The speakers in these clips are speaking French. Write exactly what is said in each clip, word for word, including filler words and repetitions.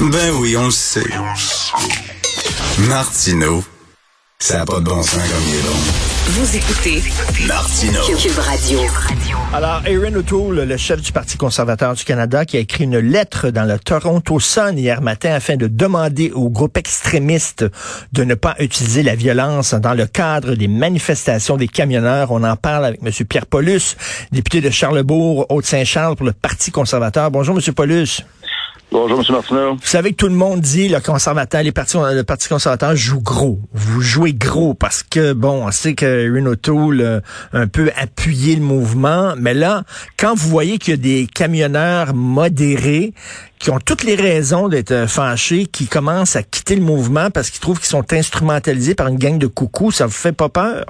Ben oui, on le sait. Martineau, ça n'a pas de bon sens comme il est bon. Vous écoutez Martineau. Cube Radio. Alors, Erin O'Toole, le chef du Parti conservateur du Canada, qui a écrit une lettre dans le Toronto Sun hier matin afin de demander aux groupes extrémistes de ne pas utiliser la violence dans le cadre des manifestations des camionneurs. On en parle avec M. Pierre Paulus, député de Charlesbourg, Haute-Saint-Charles pour le Parti conservateur. Bonjour, M. Paulus. Bonjour, M. Martineau. Vous savez que tout le monde dit, le conservateur, les partis, le Parti conservateur joue gros. Vous jouez gros parce que, bon, on sait que Erin O'Toole a un peu appuyé le mouvement. Mais là, quand vous voyez qu'il y a des camionneurs modérés qui ont toutes les raisons d'être fâchés, qui commencent à quitter le mouvement parce qu'ils trouvent qu'ils sont instrumentalisés par une gang de coucous, ça vous fait pas peur?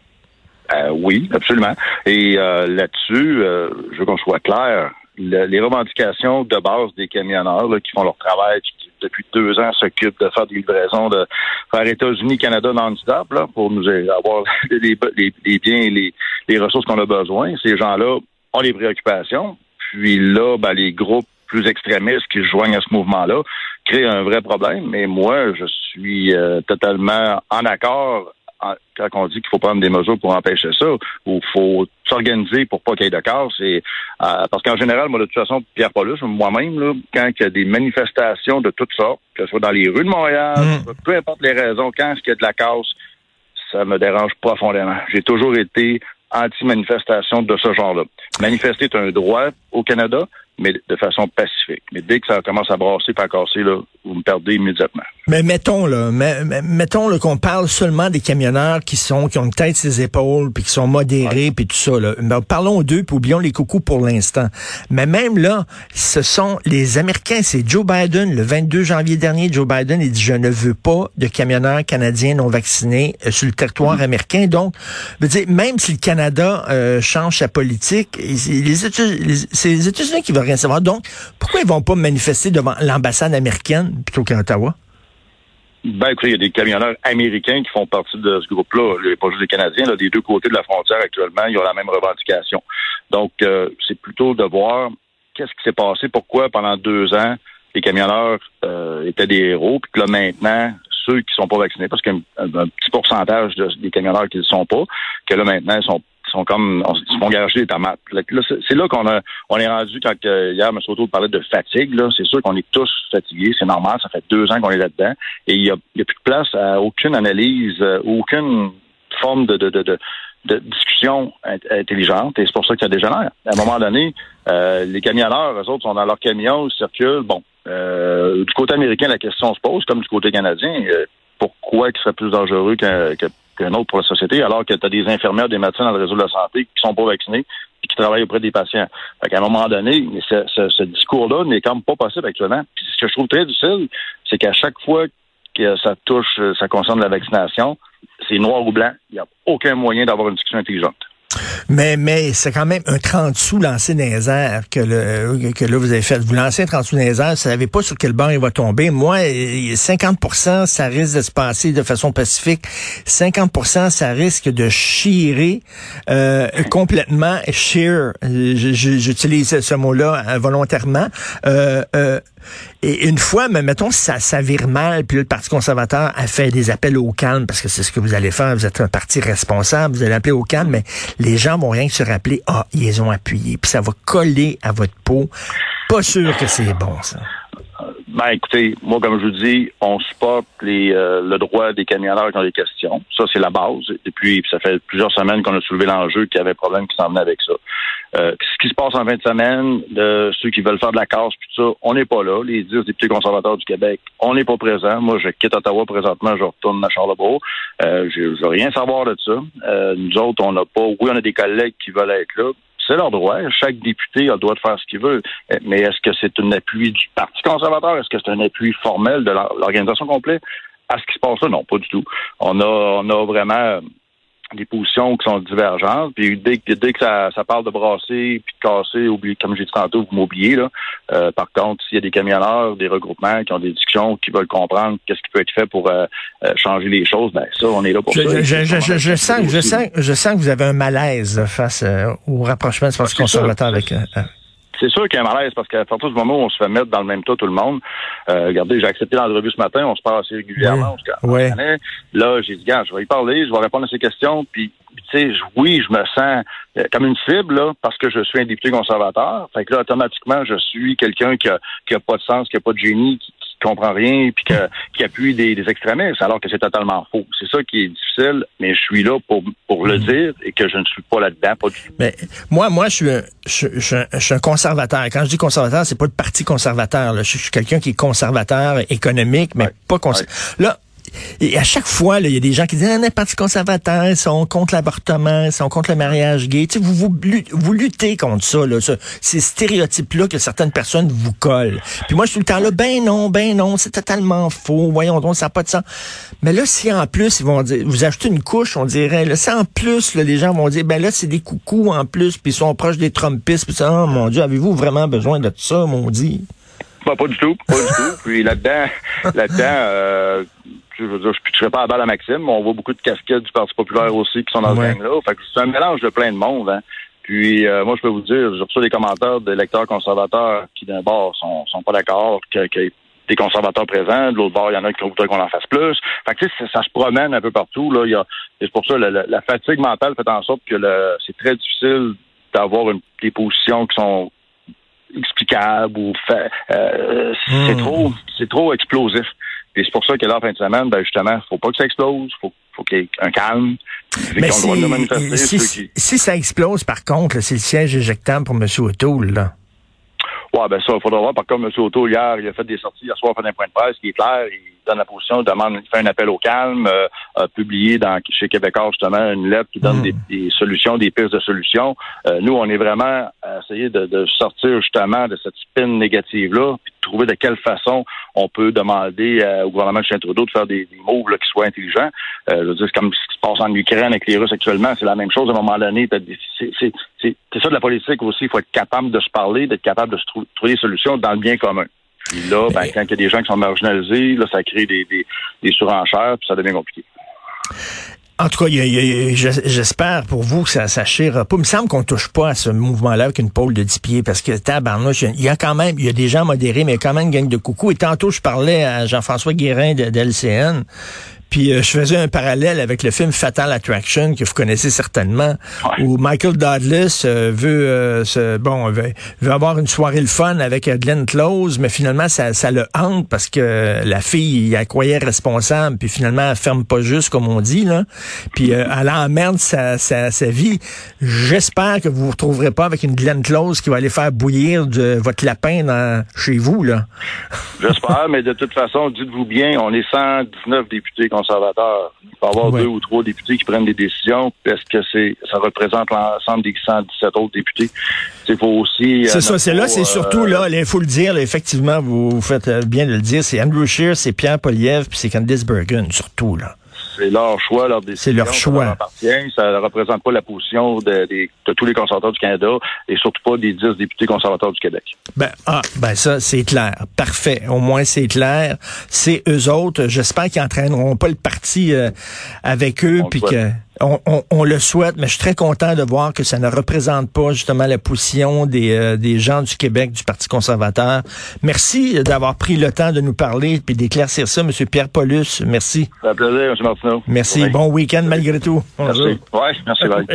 Euh, oui, absolument. Et euh, là-dessus, euh, je veux qu'on soit clair. Le, les revendications de base des camionneurs là, qui font leur travail, qui depuis deux ans s'occupent de faire des livraisons de faire États-Unis, Canada non-stop là, pour nous avoir les, les, les biens et les, les ressources qu'on a besoin. Ces gens-là ont les préoccupations. Puis là, ben, les groupes plus extrémistes qui se joignent à ce mouvement-là créent un vrai problème. Mais moi, je suis euh, totalement en accord quand on dit qu'il faut prendre des mesures pour empêcher ça, ou il faut s'organiser pour pas qu'il y ait de casse. Et, euh, parce qu'en général, moi, de toute façon, Pierre Paulus, moi-même, là, quand il y a des manifestations de toutes sortes, que ce soit dans les rues de Montréal, mmh. peu importe les raisons, quand il y a de la casse, ça me dérange profondément. J'ai toujours été anti-manifestation de ce genre-là. Manifester est un droit au Canada, mais de façon pacifique. Mais dès que ça commence à brasser et à casser, là, vous me perdez immédiatement. Mais mettons là, mais, mais, mettons là, qu'on parle seulement des camionneurs qui sont qui ont une tête sur les épaules puis qui sont modérés ouais. puis tout ça là. Mais parlons d'eux puis oublions les coucous pour l'instant. Mais même là, ce sont les Américains. C'est Joe Biden le vingt-deux janvier dernier. Joe Biden il dit je ne veux pas de camionneurs canadiens non vaccinés euh, sur le territoire mmh. américain. Donc, je veux dire même si le Canada euh, change sa politique, les États-Unis, c'est les États-Unis qui veulent rien savoir. Donc, pourquoi ils vont pas manifester devant l'ambassade américaine plutôt qu'à Ottawa? Ben, écoutez, il y a des camionneurs américains qui font partie de ce groupe-là. Pas juste des Canadiens, là, des deux côtés de la frontière actuellement, ils ont la même revendication. Donc, euh, c'est plutôt de voir qu'est-ce qui s'est passé, pourquoi pendant deux ans, les camionneurs euh, étaient des héros, puis que là, maintenant, ceux qui sont pas vaccinés, parce qu'il y a un, un petit pourcentage de, des camionneurs qui ne le sont pas, que là, maintenant, ils sont sont comme on, ils se font garocher des tomates. Là, c'est, c'est là qu'on a on est rendu quand euh, hier M. O'Toole parlait de fatigue. Là, c'est sûr qu'on est tous fatigués, c'est normal, ça fait deux ans qu'on est là-dedans. Et il y a, il y a plus de place à aucune analyse, euh, aucune forme de, de, de, de, de discussion intelligente. Et c'est pour ça qu'il y a des dégénère. À un moment donné, euh, les camionneurs, eux autres, sont dans leur camion, ils circulent. Bon. Euh, du côté américain, la question se pose, comme du côté canadien, euh, pourquoi il serait plus dangereux qu'un que qu'un autre pour la société, alors que tu as des infirmières, des médecins dans le réseau de la santé qui sont pas vaccinés et qui travaillent auprès des patients. Fait qu'à un moment donné, ce, ce, ce discours-là n'est quand même pas possible actuellement. Puis ce que je trouve très difficile, c'est qu'à chaque fois que ça touche, ça concerne la vaccination, c'est noir ou blanc. Il n'y a aucun moyen d'avoir une discussion intelligente. Mais, mais c'est quand même un trente sous lancé dans les airs que, le, que là, vous avez fait. Vous lancez un trente sous dans les airs, vous savez pas sur quel banc il va tomber. Moi, cinquante pour cent, ça risque de se passer de façon pacifique. cinquante pour cent, ça risque de chirer euh, complètement. Shear, j'utilise ce mot-là volontairement. Euh, euh, Et une fois, mais mettons, ça, ça vire mal, puis là, le Parti conservateur a fait des appels au calme, parce que c'est ce que vous allez faire, vous êtes un parti responsable, vous allez appeler au calme, mais les gens vont rien que se rappeler, ah, ils les ont appuyés, puis ça va coller à votre peau. Pas sûr que c'est bon, ça. Ben, écoutez, moi, comme je vous dis, on supporte les, euh, le droit des camionneurs qui ont des questions. Ça, c'est la base. Et puis, ça fait plusieurs semaines qu'on a soulevé l'enjeu qu'il y avait un problème qui s'en venait avec ça. Euh, ce qui se passe en fin de semaine, de ceux qui veulent faire de la casse, puis tout ça, on n'est pas là. Les dix députés conservateurs du Québec, on n'est pas présents. Moi, je quitte Ottawa présentement, je retourne à Charlesbourg. Euh, je ne veux rien savoir de ça. Euh, nous autres, on n'a pas... Oui, on a des collègues qui veulent être là. C'est leur droit. Chaque député a le droit de faire ce qu'il veut. Mais est-ce que c'est un appui du Parti conservateur? Est-ce que c'est un appui formel de l'organisation complète? À ce qui se passe là? Non, pas du tout. On a, on a vraiment des positions qui sont divergentes. Puis dès que, dès que ça, ça parle de brasser puis de casser, oubliez, comme j'ai dit tantôt, vous m'oubliez, là. Euh, par contre, s'il y a des camionneurs, des regroupements qui ont des discussions, qui veulent comprendre qu'est-ce qui peut être fait pour euh, euh, changer les choses, ben ça, on est là pour je, ça. Je, je, je, je, sens, je, sens, je sens que vous avez un malaise face euh, au rapprochement du Parti conservateur avec... Euh, c'est sûr qu'il y a un malaise parce qu'à partir du moment où on se fait mettre dans le même tas tout le monde, euh, regardez, j'ai accepté l'entrevue ce matin, on se parle assez régulièrement. Oui. Ouais. Là, j'ai dit, gars, je vais y parler, je vais répondre à ses questions, puis tu sais, oui, je me sens euh, comme une cible, là, parce que je suis un député conservateur. Fait que là, automatiquement, je suis quelqu'un qui a, qui a pas de sens, qui a pas de génie, qui, qui comprend rien, puis que, qui appuie des, des extrémistes, alors que c'est totalement faux. C'est ça qui est difficile, mais je suis là pour, pour le dire et que je ne suis pas là-dedans, pas du tout. Mais moi, moi, je suis un, je, je, je suis un conservateur. Quand je dis conservateur, c'est pas le parti conservateur, là. Je, je suis quelqu'un qui est conservateur économique, mais ouais. pas conservateur. Ouais. Là, et à chaque fois, il y a des gens qui disent ah, les partis conservateurs, ils sont contre l'avortement, ils sont contre le mariage gay. Tu sais, vous, vous, vous luttez contre ça, là, ça, ces stéréotypes-là que certaines personnes vous collent. Puis moi, je suis tout le temps là, ben non, ben non, c'est totalement faux. Voyons donc, ça n'a pas de sens. Mais là, si en plus, ils vont dire, vous achetez une couche, on dirait, là, si en plus, là, les gens vont dire, ben là, c'est des coucous en plus, puis ils sont proches des Trumpistes, puis ça, oh mon Dieu, avez-vous vraiment besoin de ça, mon dit? Bah, pas du tout, pas du tout. Puis là-dedans, là-dedans, euh, je veux dire, je ne pitcherai pas à balle à Maxime, mais on voit beaucoup de casquettes du Parti populaire aussi qui sont dans ouais. ce gang-là. Fait que c'est un mélange de plein de monde, hein. Puis euh, moi, je peux vous dire, j'ai reçu des commentaires d'électeurs conservateurs qui, d'un bord, sont, sont pas d'accord qu'il y ait des conservateurs présents. De l'autre bord, il y en a qui voudraient qu'on en fasse plus. Fait que tu sais, ça, ça se promène un peu partout, là. Il y a, et c'est pour ça, la, la, la fatigue mentale fait en sorte que le, c'est très difficile d'avoir une, des positions qui sont explicable ou fait, euh, mmh. c'est trop c'est trop explosif. Et c'est pour ça que là, en fin de semaine, ben justement, faut pas que ça explose, faut, faut qu'il y ait un calme. Mais si, si, qui... si ça explose, par contre, c'est le siège éjectable pour M. O'Toole, là. Ouais, ben ça, il faudra voir. Par contre, M. O'Toole, hier, il a fait des sorties, hier soir, il a fait un point de presse qui est clair, il donne la position, il demande, il fait un appel au calme, euh, a publié dans, chez Québécois, justement, une lettre qui donne mmh. des, des solutions, des pistes de solutions. Euh, nous, on est vraiment à essayer de, de sortir, justement, de cette spin négative-là, puis de trouver de quelle façon on peut demander euh, au gouvernement de Justin Trudeau de faire des, des moves là, qui soient intelligents. Euh, je veux dire, c'est comme ce qui se passe en Ukraine avec les Russes actuellement, c'est la même chose à un moment donné. C'est, c'est, c'est, c'est ça de la politique aussi, il faut être capable de se parler, d'être capable de se trou- trouver des solutions dans le bien commun. Puis là, ben, quand il y a des gens qui sont marginalisés, là, ça crée des, des, des surenchères, puis ça devient compliqué. En tout cas, y a, y a, j'espère pour vous que ça s'achire pas. Il me semble qu'on touche pas à ce mouvement-là avec une pôle de dix pieds, parce que tabarnouche, il y a quand même, il y a des gens modérés, mais il y a quand même une gang de coucous. Et tantôt, je parlais à Jean-François Guérin de, de L C N, puis euh, je faisais un parallèle avec le film Fatal Attraction, que vous connaissez certainement, ouais. où Michael Douglas euh, veut, euh, se, bon, veut, veut avoir une soirée le fun avec euh, Glenn Close, mais finalement, ça, ça le hante parce que la fille, il la croyait responsable, puis finalement, elle ferme pas juste, comme on dit, là. Puis euh, elle emmerde sa, sa, sa vie. J'espère que vous vous retrouverez pas avec une Glenn Close qui va aller faire bouillir de votre lapin dans, chez vous, là. J'espère, mais de toute façon, dites-vous bien, on est cent dix-neuf députés conservateurs. Il peut y avoir ouais. deux ou trois députés qui prennent des décisions. Est-ce que c'est ça représente l'ensemble des cent dix-sept autres députés? Il faut aussi... C'est euh, ça, c'est là, c'est euh, surtout là, il faut le dire, là, effectivement, vous, vous faites bien de le dire, c'est Andrew Scheer, c'est Pierre Poilievre, puis c'est Candice Bergen, surtout, là. C'est leur choix, leur décision. C'est leur choix. Ça, appartient. Ça ne représente pas la position de, de, de tous les conservateurs du Canada et surtout pas des dix députés conservateurs du Québec. Ben, ah, ben ça, c'est clair. Parfait. Au moins, c'est clair. C'est eux autres. J'espère qu'ils n'entraîneront pas le parti euh, avec eux, puis que... On, on, on le souhaite, mais je suis très content de voir que ça ne représente pas justement la position des, euh, des gens du Québec, du Parti conservateur. Merci d'avoir pris le temps de nous parler et d'éclaircir ça, M. Pierre Paulus. Merci. Ça fait plaisir, M. Martineau. Merci. Bon week-end malgré tout. Merci. Oui, merci. Bye.